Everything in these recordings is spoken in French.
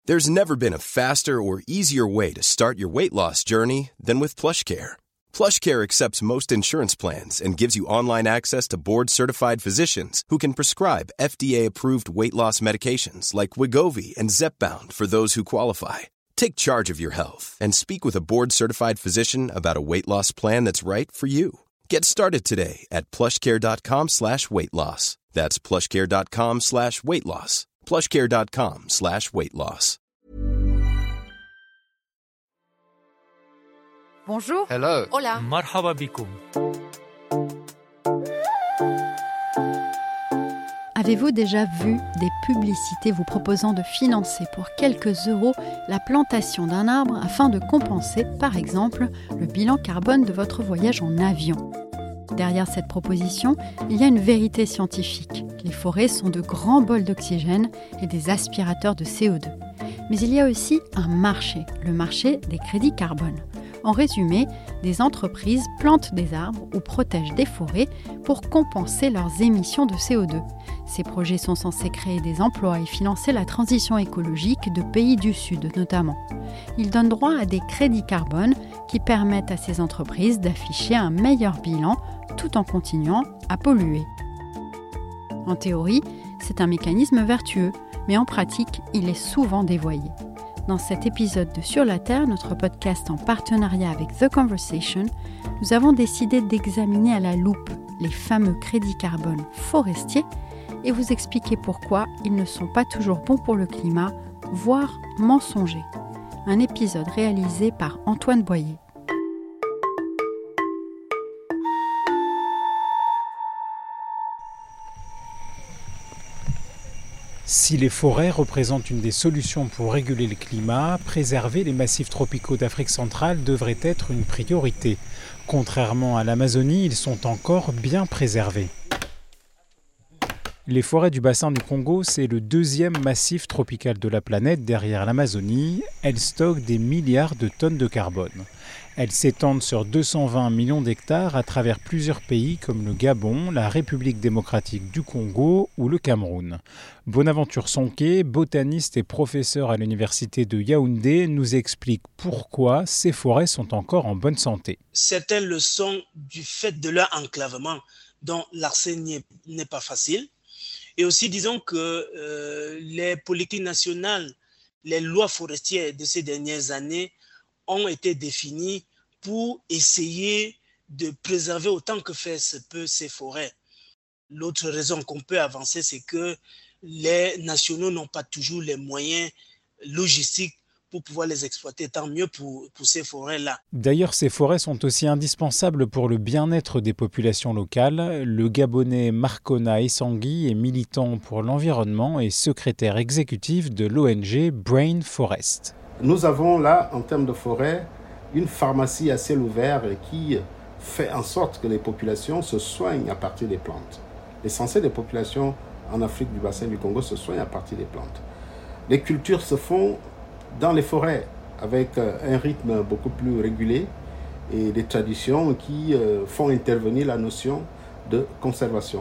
There's never been a faster or easier way to start your weight loss journey than with PlushCare. PlushCare accepts most insurance plans and gives you online access to board-certified physicians who can prescribe FDA-approved weight loss medications like Wegovy and Zepbound for those who qualify. Take charge of your health and speak with a board-certified physician about a weight loss plan that's right for you. Get started today at plushcare.com/weightloss. That's plushcare.com/weightloss. plushcare.com/weightloss. Bonjour. Hello. Hola. مرحبا بكم. Avez-vous déjà vu des publicités vous proposant de financer pour quelques euros la plantation d'un arbre afin de compenser, par exemple, le bilan carbone de votre voyage en avion ? Derrière cette proposition, il y a une vérité scientifique. Les forêts sont de grands bols d'oxygène et des aspirateurs de CO2. Mais il y a aussi un marché, le marché des crédits carbone. En résumé, des entreprises plantent des arbres ou protègent des forêts pour compenser leurs émissions de CO2. Ces projets sont censés créer des emplois et financer la transition écologique de pays du Sud notamment. Ils donnent droit à des crédits carbone qui permettent à ces entreprises d'afficher un meilleur bilan tout en continuant à polluer. En théorie, c'est un mécanisme vertueux, mais en pratique, il est souvent dévoyé. Dans cet épisode de Sur la Terre, notre podcast en partenariat avec The Conversation, nous avons décidé d'examiner à la loupe les fameux crédits carbone forestiers et vous expliquer pourquoi ils ne sont pas toujours bons pour le climat, voire mensongers. Un épisode réalisé par Antoine Boyer. Si les forêts représentent une des solutions pour réguler le climat, préserver les massifs tropicaux d'Afrique centrale devrait être une priorité. Contrairement à l'Amazonie, ils sont encore bien préservés. Les forêts du bassin du Congo, c'est le deuxième massif tropical de la planète derrière l'Amazonie. Elles stockent des milliards de tonnes de carbone. Elles s'étendent sur 220 millions d'hectares à travers plusieurs pays comme le Gabon, la République démocratique du Congo ou le Cameroun. Bonaventure Sonké, botaniste et professeur à l'université de Yaoundé, nous explique pourquoi ces forêts sont encore en bonne santé. Certaines le sont du fait de leur enclavement, dont l'accès n'est pas facile. Et aussi, disons que les politiques nationales, les lois forestières de ces dernières années ont été définies pour essayer de préserver autant que faire se peut ces forêts. L'autre raison qu'on peut avancer, c'est que les nationaux n'ont pas toujours les moyens logistiques pour pouvoir les exploiter, tant mieux pour ces forêts-là. D'ailleurs, ces forêts sont aussi indispensables pour le bien-être des populations locales. Le Gabonais Marcona Essangui est militant pour l'environnement et secrétaire exécutif de l'ONG Brain Forest. Nous avons là, en termes de forêt, une pharmacie à ciel ouvert qui fait en sorte que les populations se soignent à partir des plantes. L'essentiel des populations en Afrique du bassin du Congo se soignent à partir des plantes. Les cultures se font dans les forêts avec un rythme beaucoup plus régulé et des traditions qui font intervenir la notion de conservation.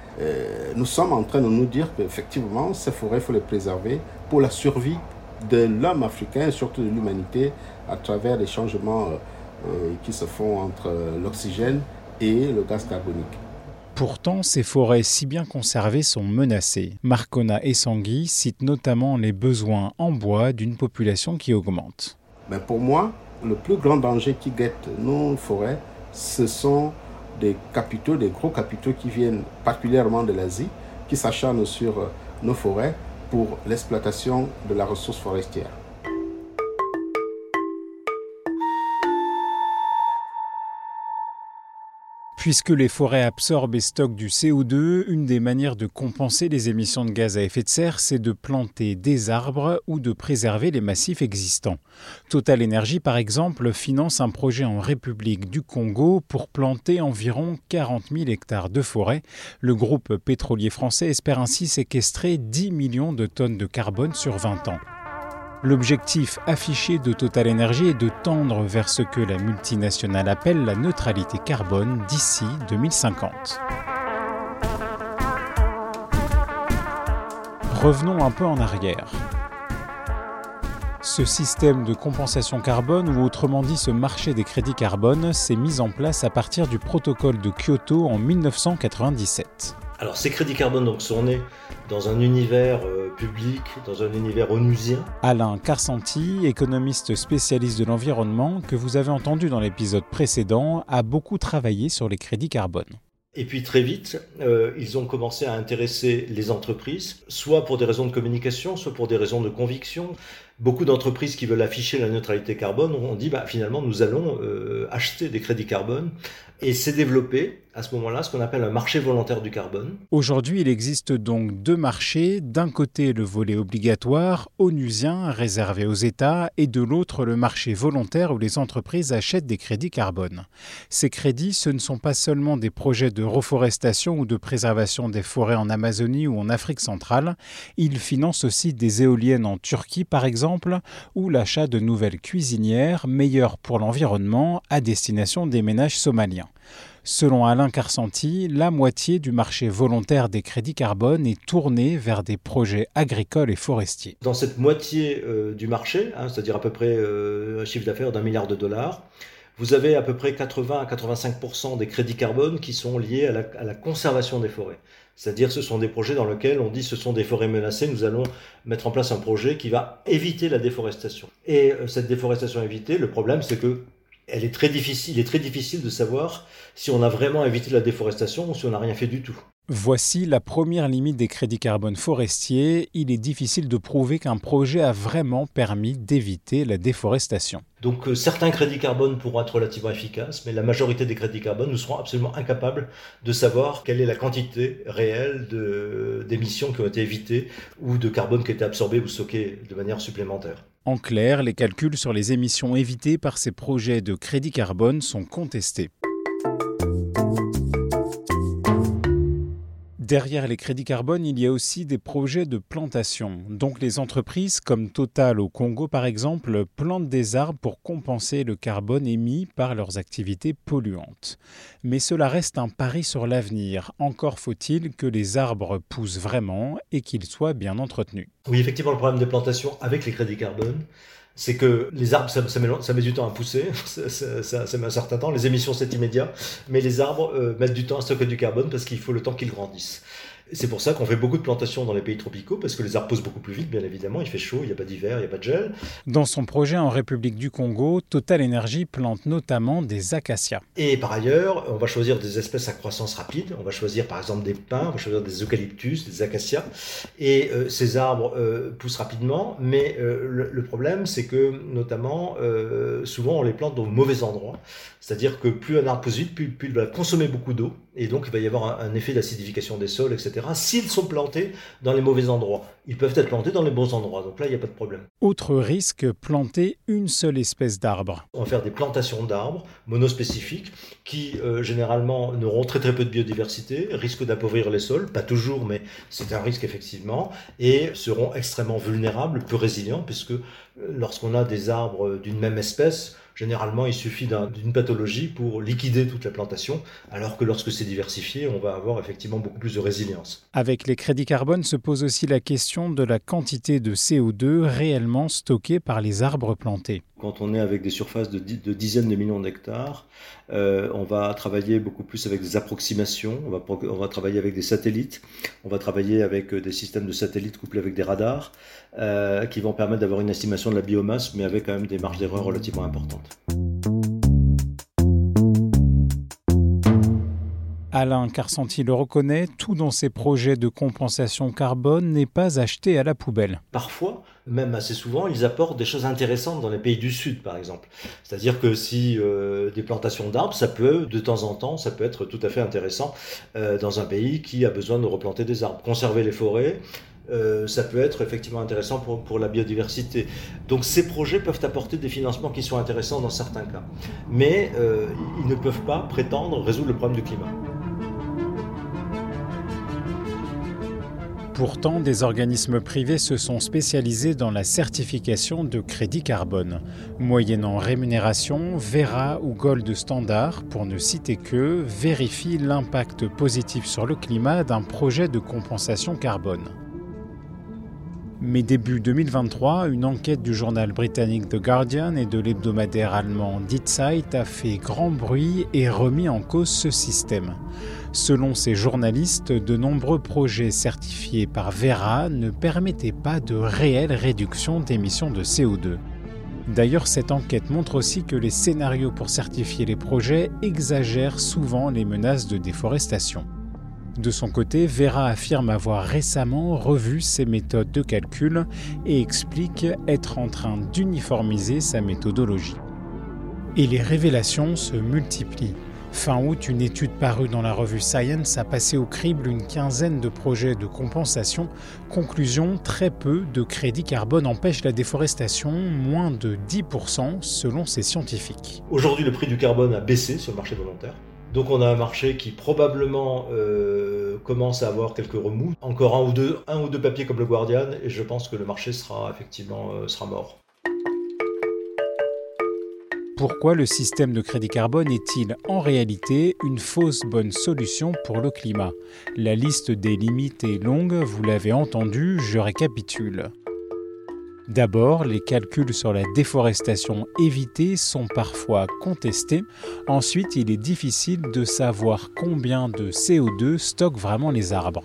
Nous sommes en train de nous dire qu'effectivement, ces forêts, il faut les préserver pour la survie de l'homme africain et surtout de l'humanité à travers les changements qui se font entre l'oxygène et le gaz carbonique. Pourtant, ces forêts si bien conservées sont menacées. Marcona Essangui cite notamment les besoins en bois d'une population qui augmente. Mais pour moi, le plus grand danger qui guette nos forêts, ce sont des capitaux, des gros capitaux qui viennent particulièrement de l'Asie, qui s'acharnent sur nos forêts pour l'exploitation de la ressource forestière. Puisque les forêts absorbent et stockent du CO2, une des manières de compenser les émissions de gaz à effet de serre, c'est de planter des arbres ou de préserver les massifs existants. Total Energy, par exemple, finance un projet en République du Congo pour planter environ 40 000 hectares de forêt. Le groupe pétrolier français espère ainsi séquestrer 10 millions de tonnes de carbone sur 20 ans. L'objectif affiché de Total Energy est de tendre vers ce que la multinationale appelle la neutralité carbone d'ici 2050. Revenons un peu en arrière. Ce système de compensation carbone, ou autrement dit ce marché des crédits carbone, s'est mis en place à partir du protocole de Kyoto en 1997. Alors ces crédits carbone donc, sont nés dans un univers public, dans un univers onusien. Alain Karsanti, économiste spécialiste de l'environnement, que vous avez entendu dans l'épisode précédent, a beaucoup travaillé sur les crédits carbone. Et puis très vite, ils ont commencé à intéresser les entreprises, soit pour des raisons de communication, soit pour des raisons de conviction. Beaucoup d'entreprises qui veulent afficher la neutralité carbone ont dit finalement nous allons acheter des crédits carbone. Et s'est développé à ce moment-là ce qu'on appelle un marché volontaire du carbone. Aujourd'hui, il existe donc deux marchés. D'un côté, le volet obligatoire, onusien, réservé aux États, et de l'autre, le marché volontaire où les entreprises achètent des crédits carbone. Ces crédits, ce ne sont pas seulement des projets de reforestation ou de préservation des forêts en Amazonie ou en Afrique centrale. Ils financent aussi des éoliennes en Turquie, par exemple, ou l'achat de nouvelles cuisinières meilleures pour l'environnement à destination des ménages somaliens. Selon Alain Karsanti, la moitié du marché volontaire des crédits carbone est tournée vers des projets agricoles et forestiers. Dans cette moitié du marché, c'est-à-dire à peu près un chiffre d'affaires d'$1 milliard, vous avez à peu près 80 à 85% des crédits carbone qui sont liés à la conservation des forêts. C'est-à-dire ce sont des projets dans lesquels on dit ce sont des forêts menacées, nous allons mettre en place un projet qui va éviter la déforestation. Et cette déforestation évitée, le problème c'est que il est très difficile de savoir si on a vraiment évité la déforestation ou si on n'a rien fait du tout. Voici la première limite des crédits carbone forestiers. Il est difficile de prouver qu'un projet a vraiment permis d'éviter la déforestation. Donc certains crédits carbone pourront être relativement efficaces, mais la majorité des crédits carbone, nous serons absolument incapables de savoir quelle est la quantité réelle d'émissions qui ont été évitées ou de carbone qui a été absorbé ou stocké de manière supplémentaire. En clair, les calculs sur les émissions évitées par ces projets de crédits carbone sont contestés. Derrière les crédits carbone, il y a aussi des projets de plantation. Donc les entreprises, comme Total au Congo par exemple, plantent des arbres pour compenser le carbone émis par leurs activités polluantes. Mais cela reste un pari sur l'avenir. Encore faut-il que les arbres poussent vraiment et qu'ils soient bien entretenus. Oui, effectivement, le problème des plantations avec les crédits carbone, c'est que les arbres, ça met du temps à pousser, ça met un certain temps, les émissions c'est immédiat, mais les arbres mettent du temps à stocker du carbone parce qu'il faut le temps qu'ils grandissent. C'est pour ça qu'on fait beaucoup de plantations dans les pays tropicaux, parce que les arbres poussent beaucoup plus vite, bien évidemment, il fait chaud, il n'y a pas d'hiver, il n'y a pas de gel. Dans son projet en République du Congo, Total Energy plante notamment des acacias. Et par ailleurs, on va choisir des espèces à croissance rapide, on va choisir par exemple des pins, on va choisir des eucalyptus, des acacias, et ces arbres poussent rapidement, mais le problème c'est que notamment, souvent on les plante au mauvais endroit, c'est-à-dire que plus un arbre pousse vite, plus il va consommer beaucoup d'eau, et donc il va y avoir un effet d'acidification des sols, etc. S'ils sont plantés dans les mauvais endroits. Ils peuvent être plantés dans les bons endroits, donc là il n'y a pas de problème. Autre risque, planter une seule espèce d'arbre. On va faire des plantations d'arbres monospécifiques qui généralement n'auront très peu de biodiversité, risquent d'appauvrir les sols, pas toujours, mais c'est un risque effectivement, et seront extrêmement vulnérables, peu résilients, puisque lorsqu'on a des arbres d'une même espèce, généralement, il suffit d'une pathologie pour liquider toute la plantation, alors que lorsque c'est diversifié, on va avoir effectivement beaucoup plus de résilience. Avec les crédits carbone se pose aussi la question de la quantité de CO2 réellement stockée par les arbres plantés. Quand on est avec des surfaces de dizaines de millions d'hectares, on va travailler beaucoup plus avec des approximations, on va travailler avec des satellites, on va travailler avec des systèmes de satellites couplés avec des radars qui vont permettre d'avoir une estimation de la biomasse, mais avec quand même des marges d'erreur relativement importantes. Alain Karsanti le reconnaît, tout dans ces projets de compensation carbone n'est pas acheté à la poubelle. Parfois, même assez souvent, ils apportent des choses intéressantes dans les pays du Sud, par exemple. C'est-à-dire que si des plantations d'arbres, ça peut, de temps en temps, ça peut être tout à fait intéressant dans un pays qui a besoin de replanter des arbres. Conserver les forêts, ça peut être effectivement intéressant pour la biodiversité. Donc ces projets peuvent apporter des financements qui sont intéressants dans certains cas. Mais ils ne peuvent pas prétendre résoudre le problème du climat. Pourtant, des organismes privés se sont spécialisés dans la certification de crédit carbone. Moyennant rémunération, Verra ou Gold Standard, pour ne citer qu'eux, vérifient l'impact positif sur le climat d'un projet de compensation carbone. Mais début 2023, une enquête du journal britannique The Guardian et de l'hebdomadaire allemand Die Zeit a fait grand bruit et remis en cause ce système. Selon ces journalistes, de nombreux projets certifiés par Verra ne permettaient pas de réelle réduction d'émissions de CO2. D'ailleurs, cette enquête montre aussi que les scénarios pour certifier les projets exagèrent souvent les menaces de déforestation. De son côté, Verra affirme avoir récemment revu ses méthodes de calcul et explique être en train d'uniformiser sa méthodologie. Et les révélations se multiplient. Fin août, une étude parue dans la revue Science a passé au crible une quinzaine de projets de compensation. Conclusion, très peu de crédits carbone empêchent la déforestation, moins de 10% selon ces scientifiques. Aujourd'hui, le prix du carbone a baissé sur le marché volontaire. Donc on a un marché qui probablement commence à avoir quelques remous. Encore un ou deux papiers comme le Guardian et je pense que le marché sera effectivement mort. Pourquoi le système de crédit carbone est-il en réalité une fausse bonne solution pour le climat ? La liste des limites est longue, vous l'avez entendu, je récapitule. D'abord, les calculs sur la déforestation évitée sont parfois contestés. Ensuite, il est difficile de savoir combien de CO2 stockent vraiment les arbres.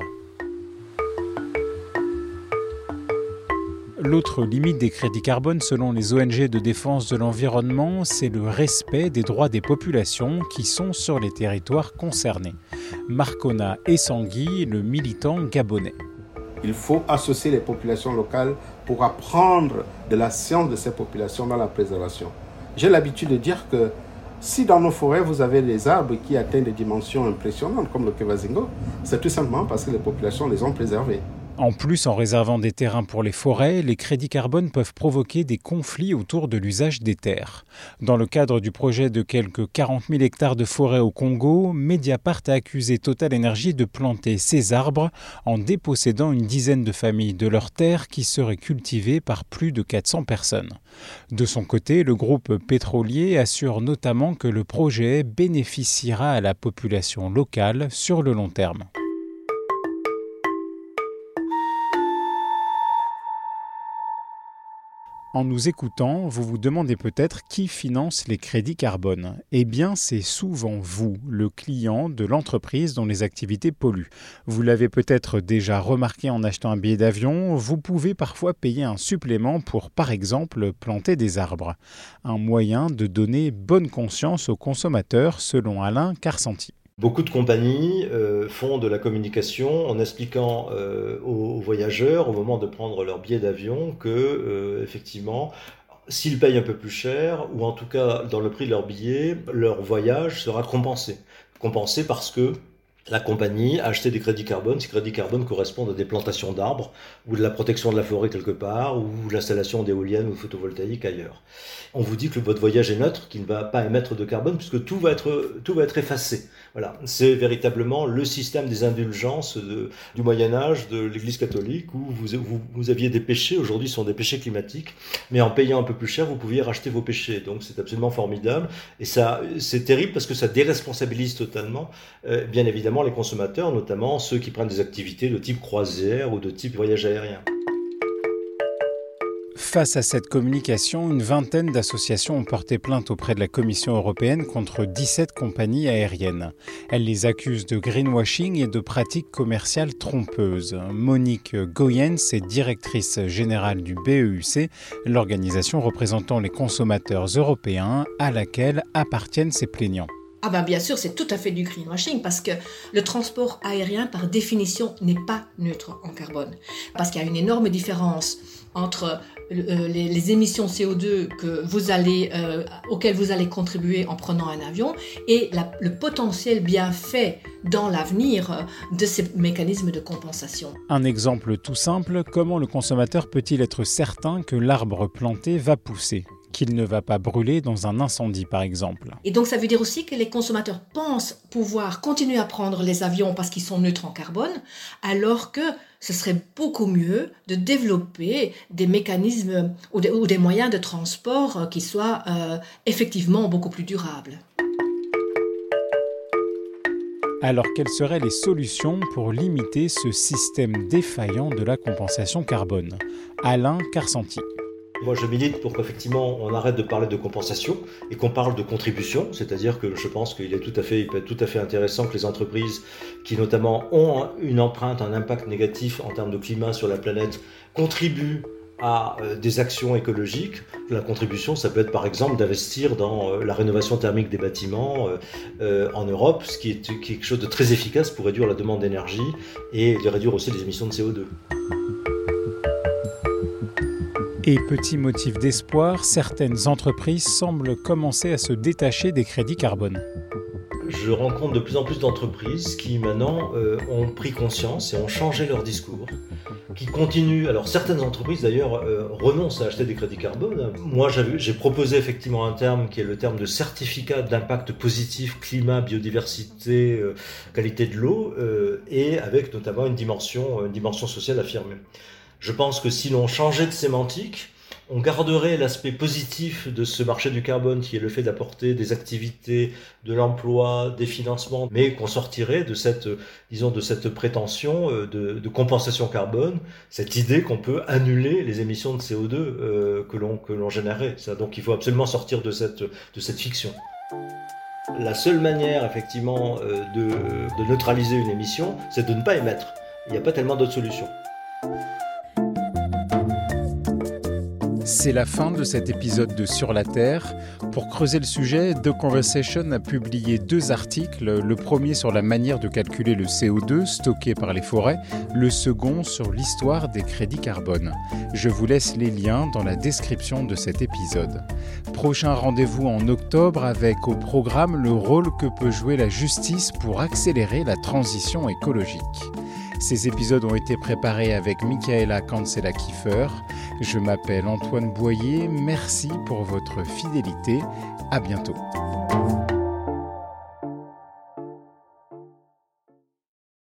L'autre limite des crédits carbone, selon les ONG de défense de l'environnement, c'est le respect des droits des populations qui sont sur les territoires concernés. Marcona Essangui, le militant gabonais. Il faut associer les populations locales pour apprendre de la science de ces populations dans la préservation. J'ai l'habitude de dire que si dans nos forêts, vous avez des arbres qui atteignent des dimensions impressionnantes, comme le Kevazingo, c'est tout simplement parce que les populations les ont préservés. En plus, en réservant des terrains pour les forêts, les crédits carbone peuvent provoquer des conflits autour de l'usage des terres. Dans le cadre du projet de quelques 40 000 hectares de forêt au Congo, Mediapart a accusé Total Energy de planter ces arbres en dépossédant une dizaine de familles de leurs terres qui seraient cultivées par plus de 400 personnes. De son côté, le groupe pétrolier assure notamment que le projet bénéficiera à la population locale sur le long terme. En nous écoutant, vous vous demandez peut-être qui finance les crédits carbone. Eh bien, c'est souvent vous, le client de l'entreprise dont les activités polluent. Vous l'avez peut-être déjà remarqué en achetant un billet d'avion, vous pouvez parfois payer un supplément pour, par exemple, planter des arbres. Un moyen de donner bonne conscience aux consommateurs, selon Alain Carcenti. Beaucoup de compagnies font de la communication en expliquant aux voyageurs, au moment de prendre leur billet d'avion, que effectivement, s'ils payent un peu plus cher, ou en tout cas dans le prix de leur billet, leur voyage sera compensé. Compensé parce que la compagnie a acheté des crédits carbone. Ces crédits carbone correspondent à des plantations d'arbres, ou de la protection de la forêt quelque part, ou l'installation d'éoliennes ou photovoltaïques ailleurs. On vous dit que votre voyage est neutre, qu'il ne va pas émettre de carbone, puisque tout va être effacé. Voilà, c'est véritablement le système des indulgences du Moyen-Âge, de l'Église catholique, où vous aviez des péchés, aujourd'hui ce sont des péchés climatiques, mais en payant un peu plus cher, vous pouviez racheter vos péchés. Donc c'est absolument formidable, et ça, c'est terrible parce que ça déresponsabilise totalement, bien évidemment, les consommateurs, notamment ceux qui prennent des activités de type croisière ou de type voyage aérien. Face à cette communication, une vingtaine d'associations ont porté plainte auprès de la Commission européenne contre 17 compagnies aériennes. Elles les accusent de greenwashing et de pratiques commerciales trompeuses. Monique Goyens est directrice générale du BEUC, l'organisation représentant les consommateurs européens à laquelle appartiennent ces plaignants. Ah ben bien sûr, c'est tout à fait du greenwashing parce que le transport aérien, par définition, n'est pas neutre en carbone. Parce qu'il y a une énorme différence entre les émissions CO2 auxquelles vous allez contribuer en prenant un avion et le potentiel bienfait dans l'avenir de ces mécanismes de compensation. Un exemple tout simple, comment le consommateur peut-il être certain que l'arbre planté va pousser ? Qu'il ne va pas brûler dans un incendie, par exemple. Et donc, ça veut dire aussi que les consommateurs pensent pouvoir continuer à prendre les avions parce qu'ils sont neutres en carbone, alors que ce serait beaucoup mieux de développer des mécanismes ou des moyens de transport qui soient effectivement beaucoup plus durables. Alors, quelles seraient les solutions pour limiter ce système défaillant de la compensation carbone ? Alain Carsanti. Moi, je milite pour qu'effectivement, on arrête de parler de compensation et qu'on parle de contribution. C'est-à-dire que je pense qu'il peut être tout à fait intéressant que les entreprises qui, notamment, ont une empreinte, un impact négatif en termes de climat sur la planète, contribuent à des actions écologiques. La contribution, ça peut être par exemple d'investir dans la rénovation thermique des bâtiments en Europe, ce qui est quelque chose de très efficace pour réduire la demande d'énergie et de réduire aussi les émissions de CO2. Et petit motif d'espoir, certaines entreprises semblent commencer à se détacher des crédits carbone. Je rencontre de plus en plus d'entreprises qui maintenant ont pris conscience et ont changé leur discours, qui continuent. Alors certaines entreprises d'ailleurs renoncent à acheter des crédits carbone. Moi j'ai proposé effectivement un terme qui est le terme de certificat d'impact positif climat, biodiversité, qualité de l'eau et avec notamment une dimension sociale affirmée. Je pense que si l'on changeait de sémantique, on garderait l'aspect positif de ce marché du carbone qui est le fait d'apporter des activités, de l'emploi, des financements, mais qu'on sortirait de cette prétention de compensation carbone, cette idée qu'on peut annuler les émissions de CO2 que l'on générait. Donc il faut absolument sortir de cette fiction. La seule manière effectivement de neutraliser une émission, c'est de ne pas émettre. Il n'y a pas tellement d'autres solutions. C'est la fin de cet épisode de Sur la Terre. Pour creuser le sujet, The Conversation a publié 2 articles. Le premier sur la manière de calculer le CO2 stocké par les forêts, le second sur l'histoire des crédits carbone. Je vous laisse les liens dans la description de cet épisode. Prochain rendez-vous en octobre avec au programme le rôle que peut jouer la justice pour accélérer la transition écologique. Ces épisodes ont été préparés avec Michaela Cancela-Kiefer. Je m'appelle Antoine Boyer. Merci pour votre fidélité. À bientôt.